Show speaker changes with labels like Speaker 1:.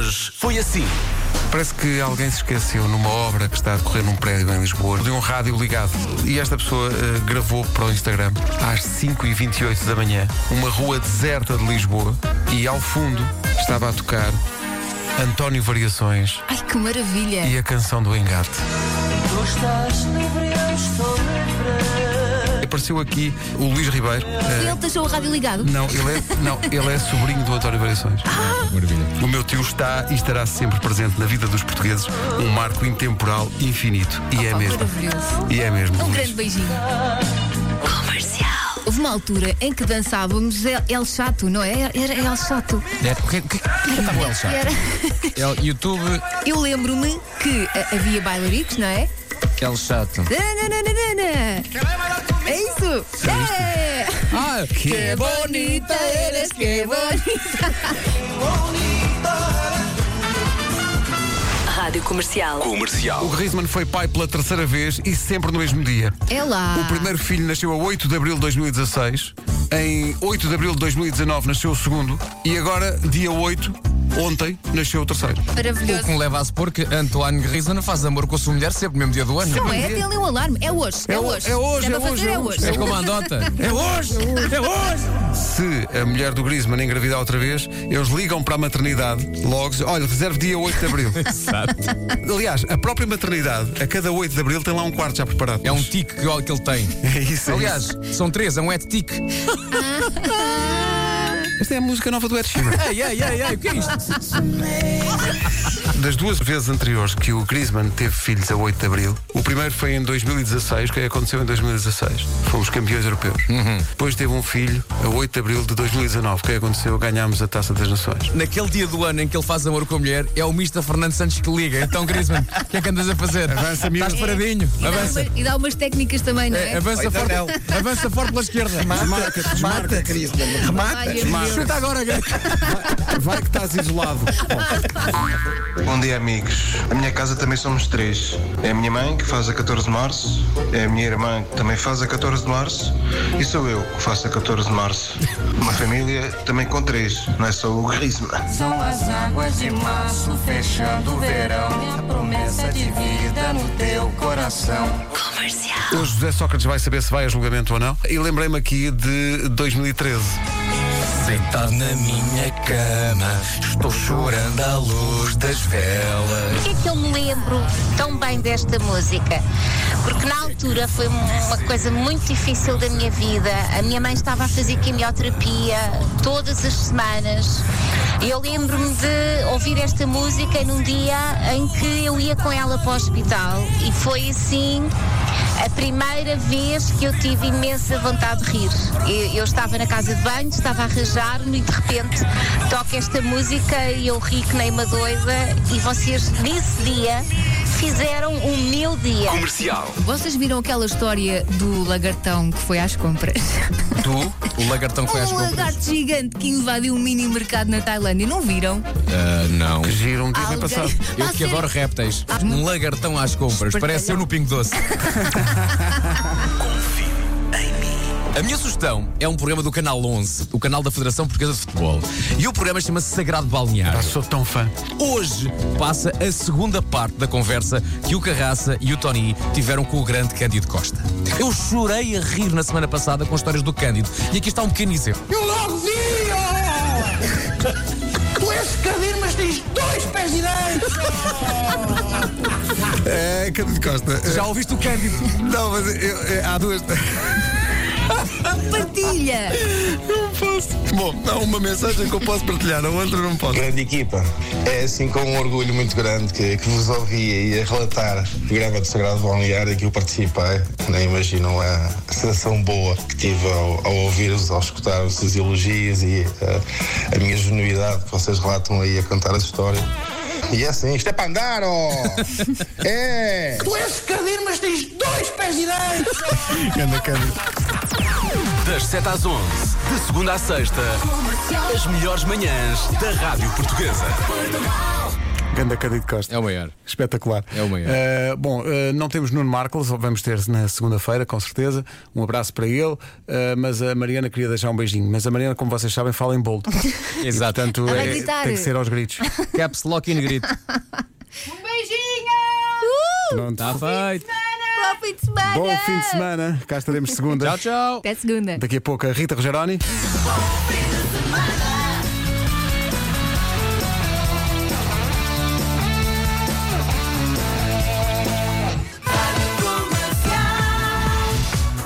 Speaker 1: hoje foi assim.
Speaker 2: Parece que alguém se esqueceu numa obra que está a decorrer num prédio em Lisboa de um rádio ligado. E esta pessoa gravou para o Instagram às 5h28 da manhã uma rua deserta de Lisboa e ao fundo estava a tocar António Variações.
Speaker 3: Ai, que maravilha!
Speaker 2: E a canção do Engate.
Speaker 4: Tu estás livre, eu estou livre.
Speaker 2: Apareceu aqui o Luís Ribeiro.
Speaker 3: E ele deixou o rádio ligado?
Speaker 2: Não, ele é sobrinho do António Variações.
Speaker 5: Maravilha.
Speaker 2: O meu tio está e estará sempre presente na vida dos portugueses, um marco intemporal infinito. E é mesmo.
Speaker 3: Maravilhoso.
Speaker 2: E é mesmo.
Speaker 3: Um
Speaker 2: Luís.
Speaker 3: grande beijinho. Comercial. Houve uma altura em que dançávamos El Chato, não é? Era El Chato.
Speaker 5: O que estava o El Chato?
Speaker 3: Era...
Speaker 5: YouTube,
Speaker 3: Eu lembro-me que havia bailaritos, não é?
Speaker 5: El Chato.
Speaker 3: É isso! É!
Speaker 5: Ah,
Speaker 3: Que bonita eres, que bonita!
Speaker 6: Rádio Comercial.
Speaker 1: Comercial.
Speaker 2: O Griezmann foi pai pela terceira vez e sempre no mesmo dia.
Speaker 3: É lá!
Speaker 2: O primeiro filho nasceu a 8 de abril de 2016. Em 8 de abril de 2019 nasceu o segundo. E agora, dia 8, ontem, nasceu o terceiro.
Speaker 5: O
Speaker 3: Maravilhoso!
Speaker 5: que me leva a supor que Antoine Griezmann faz amor com a sua mulher sempre no mesmo dia do ano.
Speaker 3: Não é? Tem ali um alarme. É hoje. É hoje.
Speaker 2: É hoje,
Speaker 3: Já
Speaker 2: é
Speaker 3: para
Speaker 2: hoje,
Speaker 3: fazer,
Speaker 2: é
Speaker 3: é
Speaker 2: hoje.
Speaker 3: hoje.
Speaker 5: É como a andota. É hoje! É hoje!
Speaker 2: Se a mulher do Griezmann engravidar outra vez, eles ligam para a maternidade logo, dizem, olha, reserve dia 8 de abril.
Speaker 5: Exato.
Speaker 2: Aliás, a própria maternidade, a cada 8 de abril, tem lá um quarto já preparado.
Speaker 5: É um tique que ele tem.
Speaker 2: É isso,
Speaker 5: Aliás, são três, é um et-tique.
Speaker 2: Esta é a música nova do Ed Sheeran.
Speaker 5: Ei, o que é isto?
Speaker 2: Das duas vezes anteriores que o Griezmann teve filhos a 8 de abril, o primeiro foi em 2016, o que aconteceu em 2016. Fomos campeões europeus. Depois teve um filho a 8 de abril de 2019, o que aconteceu? Ganhámos a Taça das Nações.
Speaker 5: Naquele dia do ano em que ele faz amor com a mulher, é o Mr. Fernando Santos que liga. Então, Griezmann, o que é que andas a fazer?
Speaker 2: Avança, miúdo.
Speaker 5: Estás paradinho. Avança.
Speaker 3: E dá umas técnicas também, não é?
Speaker 5: Avança forte pela esquerda.
Speaker 2: Desmarca,
Speaker 3: Remata.
Speaker 5: Chuta agora, gato.
Speaker 2: vai que estás isolado.
Speaker 7: Bom dia, amigos. A minha casa também somos três. É a minha mãe, que faz a 14 de março, é a minha irmã, que também faz a 14 de março, e sou eu, que faço a 14 de março. Uma família também com três, não é só o Griezmann.
Speaker 4: São as águas de março fechando o verão. A promessa de vida no teu coração.
Speaker 2: O José Sócrates vai saber se vai a julgamento ou não. E lembrei-me aqui de 2013.
Speaker 5: Sentado na minha cama, estou chorando à luz das velas.
Speaker 8: Por que é que eu me lembro tão bem desta música? Porque na altura foi uma coisa muito difícil da minha vida. A minha mãe estava a fazer quimioterapia todas as semanas. E eu lembro-me de ouvir esta música num dia em que eu ia com ela para o hospital. E foi assim a primeira vez que eu tive imensa vontade de rir. Eu estava na casa de banho, estava a arranjar-me e de repente toca esta música e eu ri que nem uma doida. E vocês, nesse dia, fizeram o meu dia.
Speaker 1: Comercial.
Speaker 3: Vocês viram aquela história do lagartão que foi às compras?
Speaker 5: O lagartão que foi às
Speaker 3: Um
Speaker 5: compras.
Speaker 3: lagarto gigante que invadiu um mini mercado na Tailândia. Não viram?
Speaker 5: Não.
Speaker 2: Que giro um dia
Speaker 3: Alguém-
Speaker 2: passado.
Speaker 5: Eu
Speaker 3: Ah,
Speaker 5: que
Speaker 3: sério?
Speaker 5: adoro répteis. Um lagartão às compras. Parece eu no Pingo Doce.
Speaker 1: Confie em mim.
Speaker 5: A minha sugestão é um programa do Canal 11, o canal da Federação Portuguesa de Futebol. E o programa chama-se Sagrado Balneário.
Speaker 2: Sou tão fã.
Speaker 5: Hoje passa a segunda parte da conversa que o Carraça e o Tony tiveram com o grande Cândido Costa. Eu chorei a rir na semana passada com histórias do Cândido. E aqui está um pequeno exemplo.
Speaker 4: Eu logo vi! Tu és cadeiro, mas tens 2 pés direitos!
Speaker 2: É, Cândido Costa.
Speaker 5: Já ouviste o Cândido?
Speaker 2: Não, mas há duas.
Speaker 3: Partilha!
Speaker 2: Não posso. Bom, há uma mensagem que eu posso partilhar, a outra não posso.
Speaker 7: Grande equipa. É assim com um orgulho muito grande que vos ouvia e a relatar o programa do Sagrado Balneário que eu participei. Nem imaginam a sensação boa que tive ao ouvir-vos, ao escutar os seus elogios e a minha genuidade que vocês relatam aí a contar a história. E é assim, isto é para andar, ó! É!
Speaker 4: Tu és cadeiro, mas tens 2 pés direitos!
Speaker 2: Anda, Cândido.
Speaker 1: Das 7 às 11, de segunda à sexta, as melhores manhãs da Rádio Portuguesa.
Speaker 2: Ganda Cândido Costa.
Speaker 5: É o maior.
Speaker 2: Espetacular.
Speaker 5: É o maior.
Speaker 2: Não temos Nuno Marcos, vamos ter na segunda-feira, com certeza. Um abraço para ele. Mas a Mariana queria deixar um beijinho. Mas a Mariana, como vocês sabem, fala em bold.
Speaker 5: Exato.
Speaker 2: Portanto,
Speaker 3: Ela vai gritar.
Speaker 2: tem que ser aos gritos.
Speaker 5: Caps Lock in grito.
Speaker 3: Um beijinho!
Speaker 2: Pronto.
Speaker 5: Está feito.
Speaker 3: Bom fim de semana!
Speaker 2: Bom fim de semana. Cá estaremos segunda.
Speaker 5: Tchau, tchau.
Speaker 3: Até segunda.
Speaker 2: Daqui a pouco a Rita Rogeroni.
Speaker 4: Bom fim de semana.